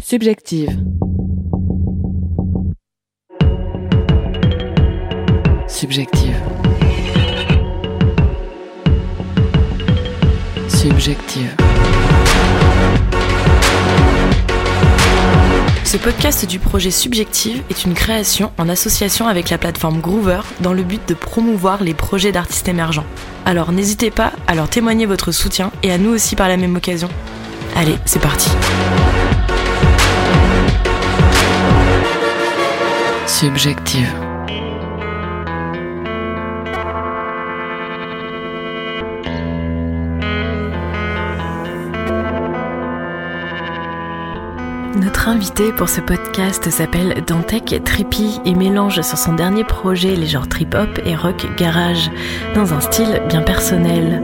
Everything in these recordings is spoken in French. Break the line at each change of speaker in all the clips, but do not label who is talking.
Subjective. Subjective. Subjective.
Ce podcast du projet Subjective est une création en association avec la plateforme Groover dans le but de promouvoir les projets d'artistes émergents. Alors n'hésitez pas à leur témoigner votre soutien et à nous aussi par la même occasion. Allez, c'est parti.
Subjective.
Notre invité pour ce podcast s'appelle Dantec Trippy et mélange sur son dernier projet les genres trip-hop et rock garage dans un style bien personnel.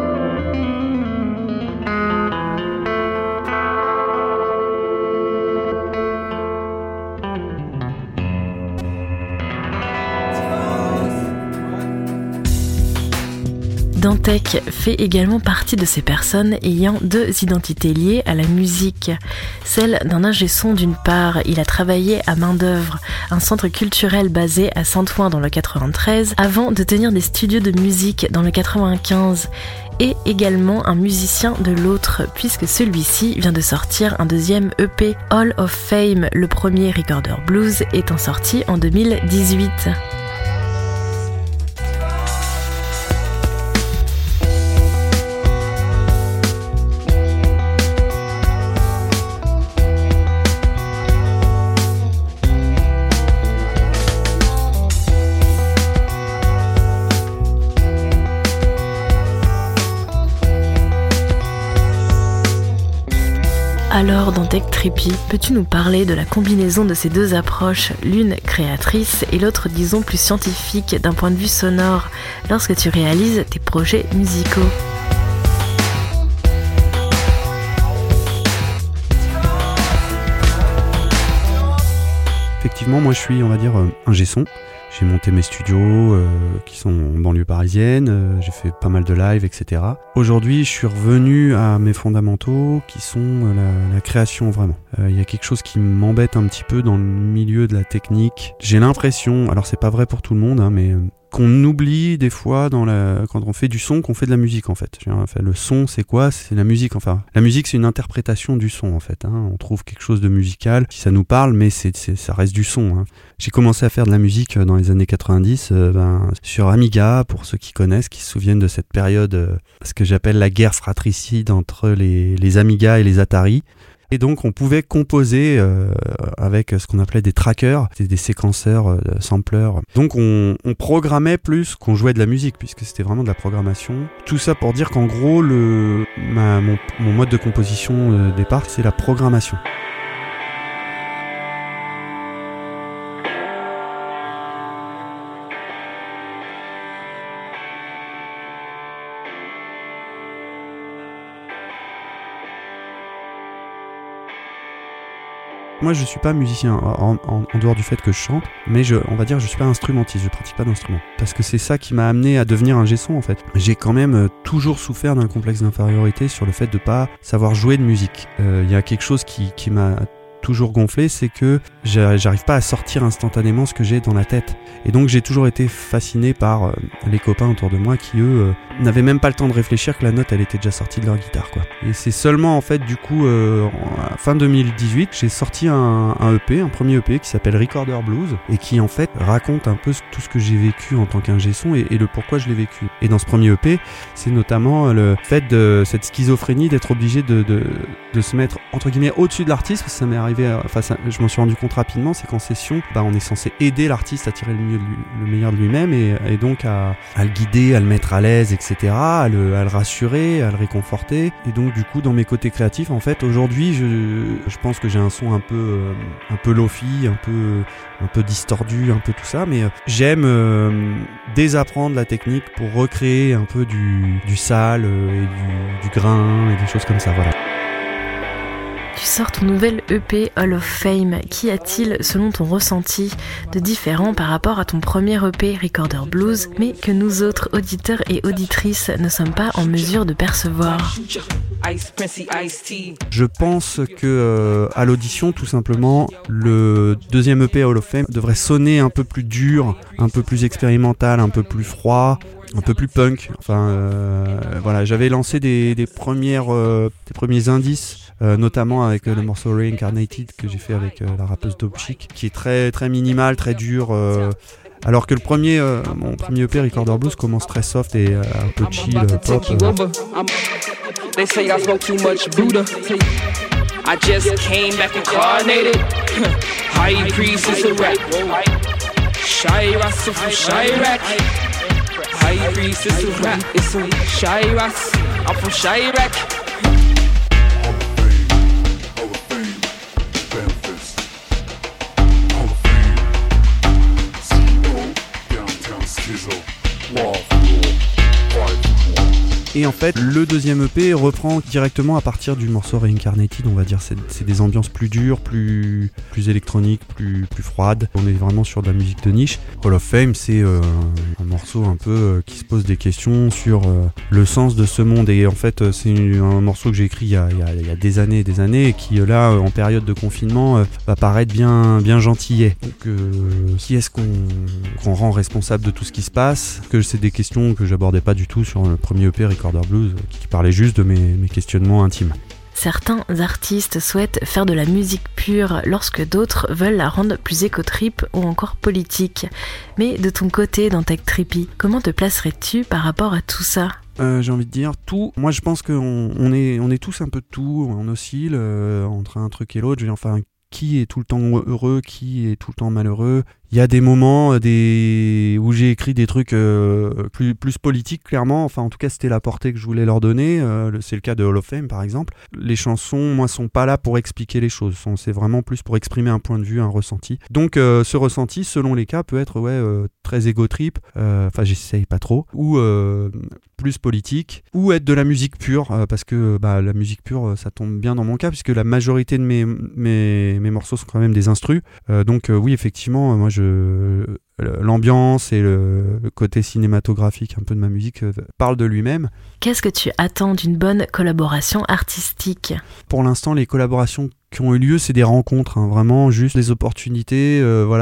Dantec fait également partie de ces personnes ayant deux identités liées à la musique. Celle d'un ingé son d'une part, il a travaillé à Main d'œuvre, un centre culturel basé à Saint-Ouen dans le 93, avant de tenir des studios de musique dans le 95. Et également un musicien de l'autre, puisque celui-ci vient de sortir un deuxième EP, Hall of Fame, le premier Recorder Blues étant sorti en 2018. Alors, Dantec Trippy, peux-tu nous parler de la combinaison de ces deux approches, l'une créatrice et l'autre, disons, plus scientifique d'un point de vue sonore, lorsque tu réalises tes projets musicaux ?
Effectivement, moi je suis, on va dire, ingé son. J'ai monté mes studios qui sont en banlieue parisienne, j'ai fait pas mal de live, etc. Aujourd'hui, je suis revenu à mes fondamentaux qui sont la création vraiment. Il y a quelque chose qui m'embête un petit peu dans le milieu de la technique. J'ai l'impression, alors c'est pas vrai pour tout le monde, hein, mais qu'on oublie des fois quand on fait du son qu'on fait de la musique en fait. Enfin, le son c'est quoi ? C'est la musique. Enfin, la musique c'est une interprétation du son en fait. Hein. On trouve quelque chose de musical, si ça nous parle, mais ça reste du son. Hein. J'ai commencé à faire de la musique dans les années 90 sur Amiga, pour ceux qui connaissent, qui se souviennent de cette période, ce que j'appelle la guerre fratricide entre les Amiga et les Atari. Et donc on pouvait composer avec ce qu'on appelait des trackers, c'était des séquenceurs, sampleurs. Donc on programmait plus qu'on jouait de la musique, puisque c'était vraiment de la programmation. Tout ça pour dire qu'en gros, mon mode de composition départ, c'est la programmation. Moi, je suis pas musicien en dehors du fait que je chante, mais on va dire je suis pas instrumentiste, je pratique pas d'instrument. Parce que c'est ça qui m'a amené à devenir ingé son en fait. J'ai quand même toujours souffert d'un complexe d'infériorité sur le fait de pas savoir jouer de musique. Il y a quelque chose qui m'a toujours gonflé, c'est que j'arrive pas à sortir instantanément ce que j'ai dans la tête. Et donc j'ai toujours été fasciné par les copains autour de moi qui eux n'avaient même pas le temps de réfléchir que la note elle était déjà sortie de leur guitare quoi. Et c'est seulement en fait du coup fin 2018 j'ai sorti un EP, un premier EP qui s'appelle Recorder Blues et qui en fait raconte un peu tout ce que j'ai vécu en tant qu'ingé son et le pourquoi je l'ai vécu. Et dans ce premier EP c'est notamment le fait de cette schizophrénie d'être obligé de se mettre entre guillemets au-dessus de l'artiste, parce que ça m'est arrivé, je m'en suis rendu compte rapidement, c'est qu'en session on est censé aider l'artiste à tirer le meilleur de lui-même et donc à le guider, à le mettre à l'aise, etc., à le rassurer, à le réconforter. Et donc du coup dans mes côtés créatifs en fait aujourd'hui je pense que j'ai un son un peu lo-fi, un peu distordu, un peu tout ça, mais j'aime désapprendre la technique pour recréer un peu du sale et du grain et des choses comme ça, voilà.
tu sors ton nouvel EP Hall of Fame. Qu'y a-t-il, selon ton ressenti, de différent par rapport à ton premier EP Recorder Blues, mais que nous autres auditeurs et auditrices ne sommes pas en mesure de percevoir?
Je pense que à l'audition, tout simplement, le deuxième EP Hall of Fame devrait sonner un peu plus dur, un peu plus expérimental, un peu plus froid, un peu plus punk. Enfin, voilà, j'avais lancé des premiers indices, notamment avec le morceau Reincarnated que j'ai fait avec la rappeuse Dope Chic, qui est très très minimal, très dur. Alors que mon premier EP Recorder Blues commence très soft et un peu chill, pop.
They say I smoke too much Buddha. I just came back incarnated. High priest is a rap. Shiras from Chirac. High priest is a rap. It's a Shiras. I'm from Chirac.
Et en fait, le deuxième EP reprend directement à partir du morceau Reincarnated, on va dire. C'est des ambiances plus dures, plus électroniques, plus froides. On est vraiment sur de la musique de niche. Hall of Fame, c'est un morceau un peu qui se pose des questions sur le sens de ce monde. Et en fait, c'est un morceau que j'ai écrit il y a des années et qui, là, en période de confinement, va paraître bien gentillet. Donc, qui est-ce qu'on rend responsable de tout ce qui se passe? Que c'est des questions que j'abordais pas du tout sur le premier EP Recorder Blues, qui parlait juste de mes questionnements intimes.
Certains artistes souhaitent faire de la musique pure lorsque d'autres veulent la rendre plus éco-trip ou encore politique. Mais de ton côté, dans Tech Trippy, comment te placerais-tu par rapport à tout ça ?
J'ai envie de dire tout. Moi, je pense qu'on est tous un peu de tout. On oscille entre un truc et l'autre. Je veux dire, enfin, qui est tout le temps heureux, qui est tout le temps malheureux. Il y a des moments où j'ai écrit des trucs plus politiques, clairement. Enfin, en tout cas, c'était la portée que je voulais leur donner. C'est le cas de Hall of Fame, par exemple. Les chansons, moi, sont pas là pour expliquer les choses. C'est vraiment plus pour exprimer un point de vue, un ressenti. Donc, ce ressenti, selon les cas, peut être très égo-trip. Enfin, j'essaye pas trop. Ou plus politique. Ou être de la musique pure. Parce que la musique pure, ça tombe bien dans mon cas, puisque la majorité de mes morceaux sont quand même des instrus. Donc, oui, effectivement, moi, l'ambiance et le côté cinématographique un peu de ma musique parle de lui-même.
Qu'est-ce que tu attends d'une bonne collaboration artistique ?
Pour l'instant, les collaborations qui ont eu lieu, c'est des rencontres, vraiment juste des opportunités.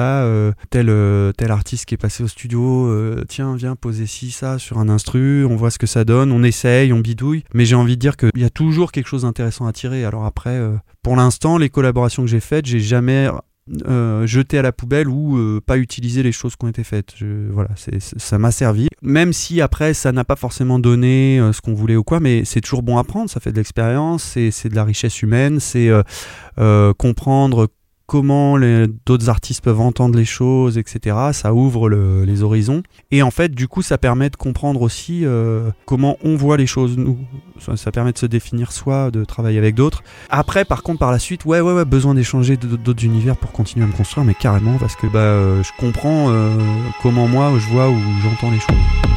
Tel artiste qui est passé au studio, tiens, viens poser ci, ça sur un instru, on voit ce que ça donne, on essaye, on bidouille. Mais j'ai envie de dire qu'il y a toujours quelque chose d'intéressant à tirer. Alors après, pour l'instant, les collaborations que j'ai faites, j'ai jamais jeter à la poubelle ou pas utiliser les choses qui ont été faites. Ça m'a servi. Même si après ça n'a pas forcément donné ce qu'on voulait ou quoi, mais c'est toujours bon à prendre, ça fait de l'expérience, c'est de la richesse humaine, c'est comprendre comment d'autres artistes peuvent entendre les choses, etc. Ça ouvre les horizons. Et en fait, du coup, ça permet de comprendre aussi comment on voit les choses, nous. Ça permet de se définir soi, de travailler avec d'autres. Après, par contre, par la suite, besoin d'échanger d'autres univers pour continuer à me construire, mais carrément, parce que je comprends comment moi, je vois ou j'entends les choses.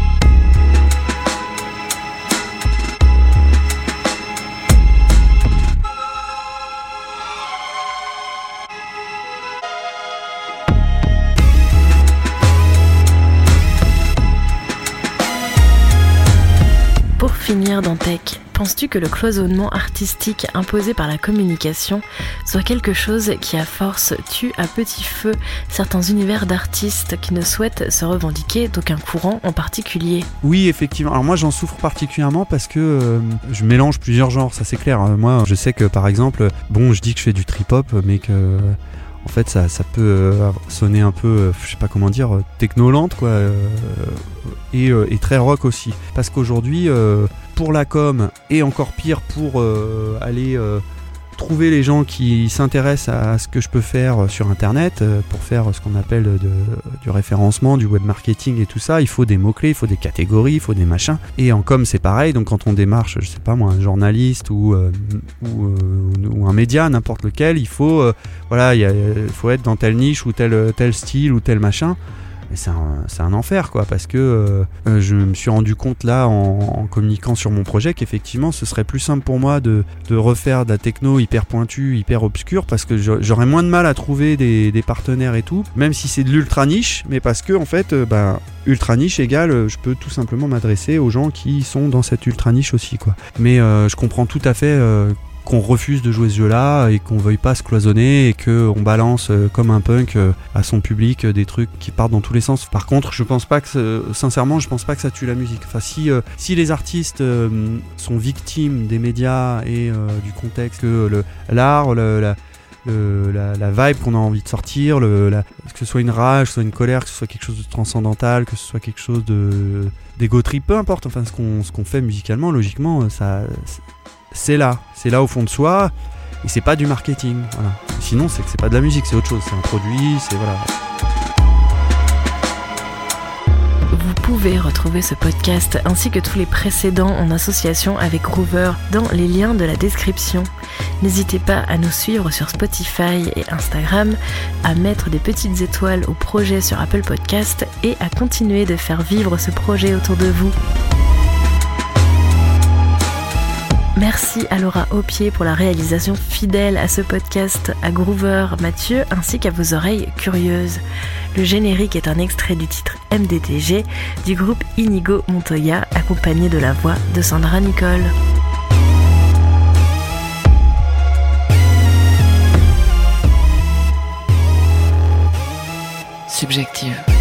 Pour finir dans Tech, penses-tu que le cloisonnement artistique imposé par la communication soit quelque chose qui à force tue à petit feu certains univers d'artistes qui ne souhaitent se revendiquer d'aucun courant en particulier ?
Oui, effectivement. Alors moi j'en souffre particulièrement parce que je mélange plusieurs genres, ça c'est clair. Moi je sais que par exemple, je dis que je fais du trip-hop, mais que... En fait, ça peut sonner un peu, je sais pas comment dire, technolente, quoi, et très rock aussi. Parce qu'aujourd'hui, pour la com, et encore pire pour aller trouver les gens qui s'intéressent à ce que je peux faire sur Internet, pour faire ce qu'on appelle du référencement, du web marketing et tout ça, il faut des mots-clés, il faut des catégories, il faut des machins. Et en com, c'est pareil, donc quand on démarche, je sais pas moi, un journaliste ou un média, n'importe lequel, il faut, il faut être dans telle niche ou tel style ou tel machin. Mais c'est un enfer, quoi, parce que je me suis rendu compte là en communiquant sur mon projet qu'effectivement ce serait plus simple pour moi de refaire de la techno hyper pointue, hyper obscure, parce que j'aurais moins de mal à trouver des partenaires et tout, même si c'est de l'ultra niche, mais parce que en fait ultra niche égale je peux tout simplement m'adresser aux gens qui sont dans cette ultra niche aussi, quoi. Mais je comprends tout à fait qu'on refuse de jouer ce jeu-là et qu'on veuille pas se cloisonner et qu'on balance comme un punk à son public des trucs qui partent dans tous les sens. Par contre, sincèrement, je pense pas que ça tue la musique. Enfin, si les artistes sont victimes des médias et du contexte, que l'art, la vibe qu'on a envie de sortir, que ce soit une rage, que ce soit une colère, que ce soit quelque chose de transcendantal, que ce soit quelque chose d'ego trip, peu importe. Enfin, ce qu'on fait musicalement, logiquement, c'est là au fond de soi, et c'est pas du marketing, voilà. Sinon c'est que c'est pas de la musique, c'est autre chose, c'est un produit, c'est voilà.
Vous pouvez retrouver ce podcast ainsi que tous les précédents en association avec Groover dans les liens de la description. N'hésitez pas à nous suivre sur Spotify et Instagram, à mettre des petites étoiles au projet sur Apple Podcast et à continuer de faire vivre ce projet autour de vous. Merci à Laura Aupier pour la réalisation fidèle à ce podcast, à Groover, Mathieu, ainsi qu'à vos oreilles curieuses. Le générique est un extrait du titre MDTG du groupe Inigo Montoya, accompagné de la voix de Sandra Nicole.
Subjective.